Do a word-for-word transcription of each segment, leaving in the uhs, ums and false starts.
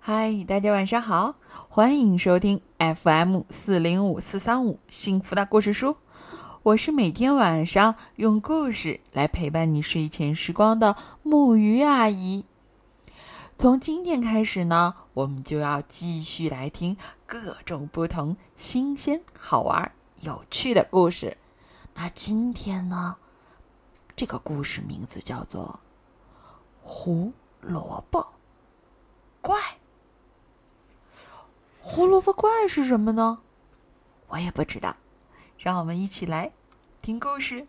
嗨，大家晚上好，欢迎收听 F M 四零五四三五幸福的故事书。我是每天晚上用故事来陪伴你睡前时光的木鱼阿姨。从今天开始呢，我们就要继续来听各种不同、新鲜、好玩、有趣的故事。那今天呢，这个故事名字叫做胡萝卜怪。胡萝卜怪是什么呢？我也不知道，让我们一起来听故事。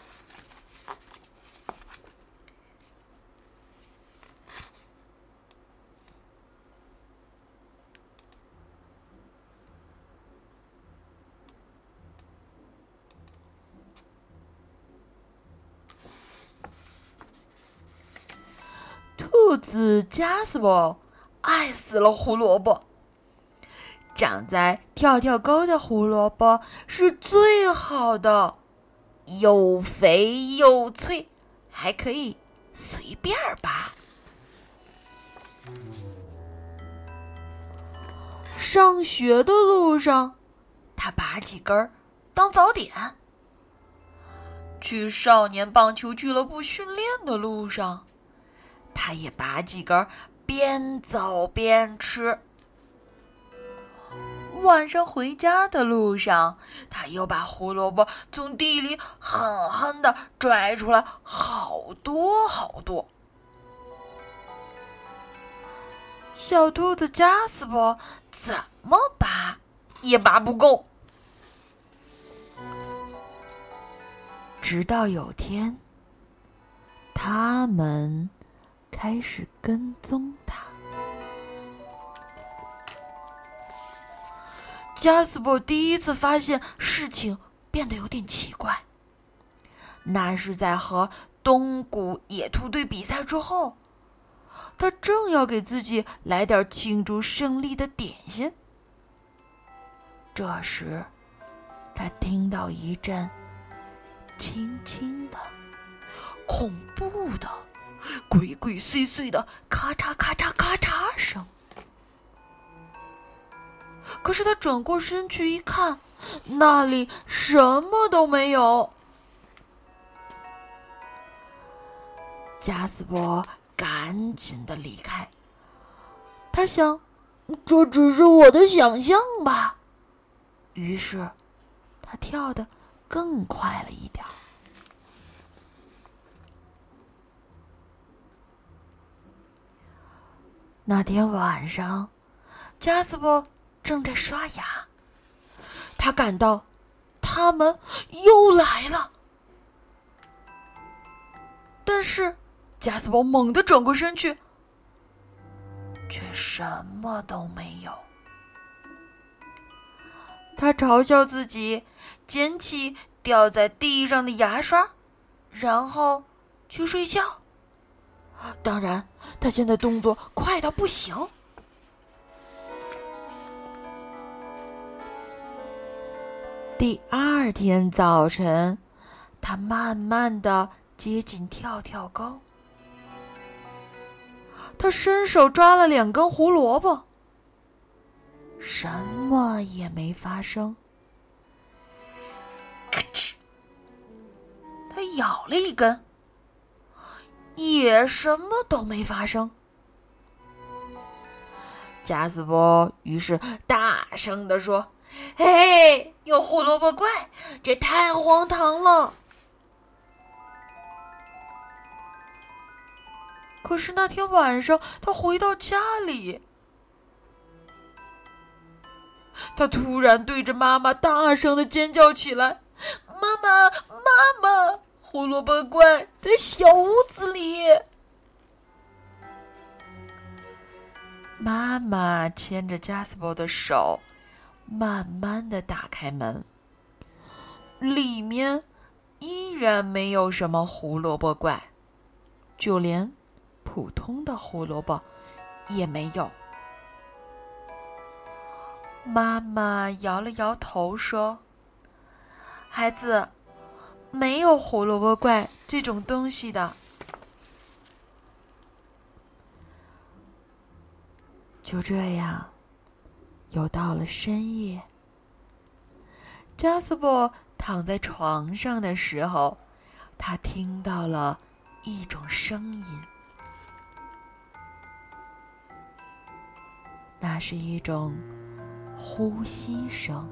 兔子加斯伯爱死了胡萝卜。长在跳跳沟的胡萝卜是最好的，又肥又脆，还可以随便拔。上学的路上，他拔几根当早点；去少年棒球俱乐部训练的路上，他也拔几根边走边吃。晚上回家的路上，他又把胡萝卜从地里狠狠地拽出来好多好多。小兔子加斯伯怎么拔也拔不够。直到有天，他们开始跟踪他。加斯伯第一次发现事情变得有点奇怪，那是在和东谷野兔队比赛之后，他正要给自己来点庆祝胜利的点心。这时，他听到一阵轻轻的、恐怖的、鬼鬼祟祟的咔嚓咔嚓咔嚓声。可是他转过身去一看，那里什么都没有。加斯伯赶紧的离开，他想，这只是我的想象吧。于是他跳得更快了一点。那天晚上，加斯伯正在刷牙，他感到他们又来了。但是加斯伯猛地转过身去，却什么都没有。他嘲笑自己捡起掉在地上的牙刷，然后去睡觉。当然，他现在动作快到不行。第二天早晨，他慢慢地接近跳跳沟。他伸手抓了两根胡萝卜，什么也没发生。咔哧，他咬了一根，也什么都没发生。加斯伯于是大声地说：“嘿，有胡萝卜怪，这太荒唐了！”可是那天晚上，他回到家里，他突然对着妈妈大声的尖叫起来：“妈妈，妈妈，胡萝卜怪在小屋子里！”妈妈牵着加斯伯的手，慢慢地打开门，里面依然没有什么胡萝卜怪，就连普通的胡萝卜也没有。妈妈摇了摇头说：“孩子，没有胡萝卜怪这种东西的。” 就这样，又到了深夜。加斯伯躺在床上的时候，他听到了一种声音，那是一种呼吸声。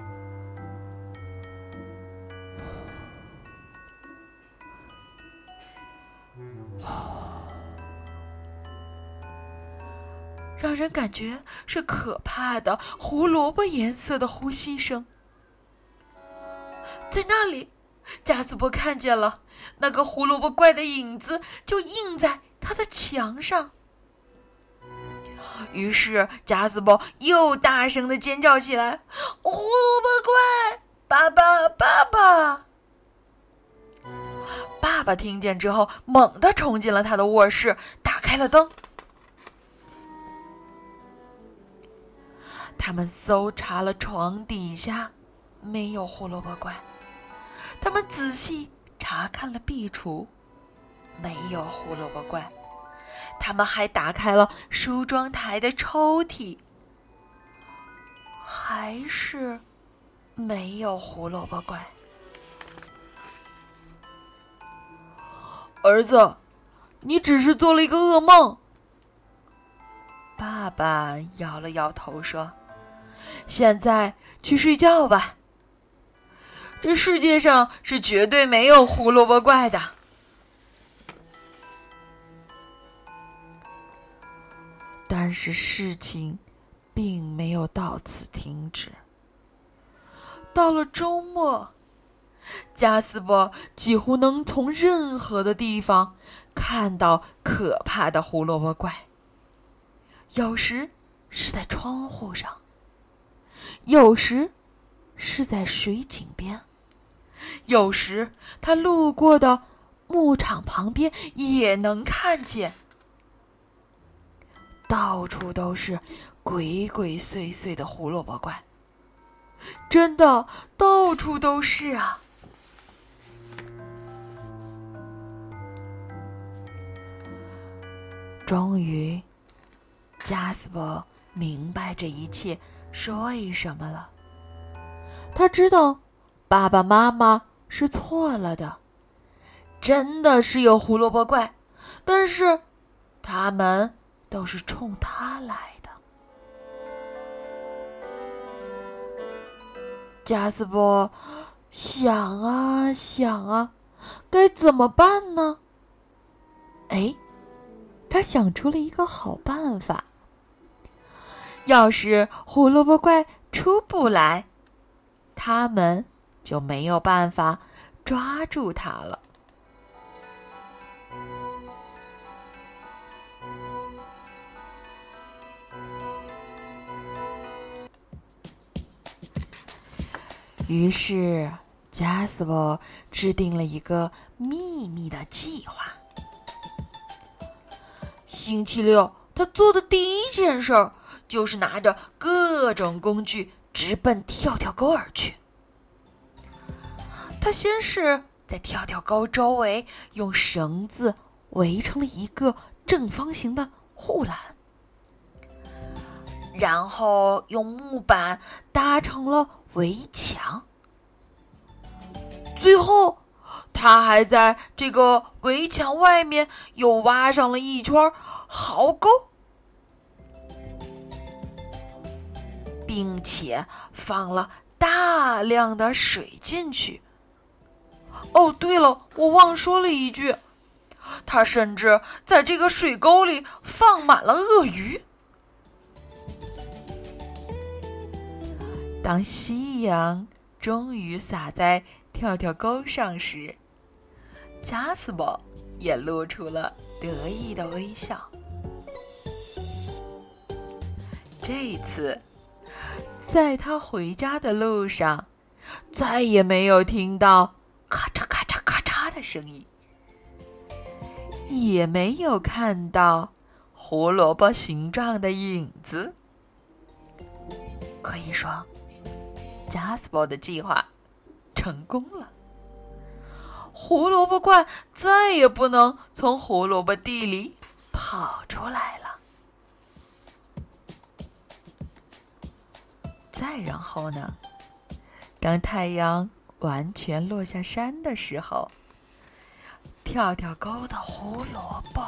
让人感觉是可怕的胡萝卜颜色的呼吸声。在那里，加斯伯看见了那个胡萝卜怪的影子，就映在他的墙上。于是加斯伯又大声地尖叫起来：“胡萝卜怪，爸爸，爸爸！”爸爸听见之后，猛地冲进了他的卧室，打开了灯。他们搜查了床底下，没有胡萝卜怪。他们仔细查看了壁橱，没有胡萝卜怪。他们还打开了梳妆台的抽屉，还是没有胡萝卜怪。儿子，你只是做了一个噩梦。爸爸摇了摇头说：“现在去睡觉吧。这世界上是绝对没有胡萝卜怪的。”但是事情并没有到此停止。到了周末，加斯伯几乎能从任何的地方看到可怕的胡萝卜怪。有时是在窗户上，有时是在水井边，有时他路过的牧场旁边也能看见。到处都是鬼鬼祟祟的胡萝卜怪，真的到处都是啊！终于，加斯伯明白这一切是为什么了。他知道爸爸妈妈是错了的，真的是有胡萝卜怪，但是他们都是冲他来的。加斯伯想啊想啊，该怎么办呢？哎，他想出了一个好办法。要是胡萝卜怪出不来，他们就没有办法抓住他了。于是加斯伯制定了一个秘密的计划。星期六，他做的第一件事就是拿着各种工具直奔跳跳沟而去。他先是在跳跳沟周围用绳子围成了一个正方形的护栏，然后用木板搭成了围墙，最后他还在这个围墙外面又挖上了一圈壕沟，并且放了大量的水进去。哦，对了，我忘说了一句，他甚至在这个水沟里放满了鳄鱼。当夕阳终于洒在跳跳沟上时，加斯伯也露出了得意的微笑。这次在他回家的路上，再也没有听到咔嚓咔嚓咔嚓的声音，也没有看到胡萝卜形状的影子。可以说，加斯伯的计划成功了，胡萝卜怪再也不能从胡萝卜地里跑出来了。 再然后呢，当太阳完全落下山的时候，跳跳沟的胡萝卜，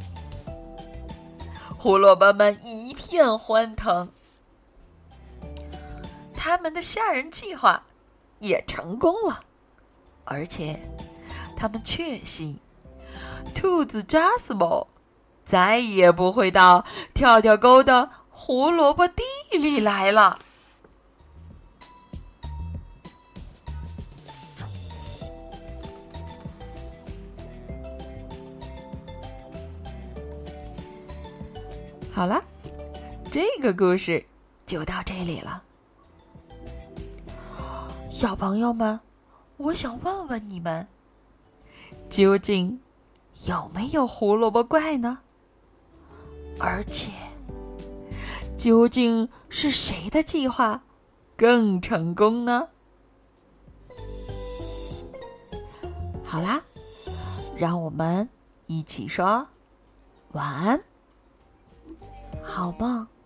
胡萝卜们一片欢腾，他们的吓人计划也成功了，而且他们确信兔子扎斯莫再也不会到跳跳沟的胡萝卜地里来了。好了，这个故事就到这里了。小朋友们，我想问问你们，究竟有没有胡萝卜怪呢？而且，究竟是谁的计划更成功呢？好啦，让我们一起说晚安，好梦。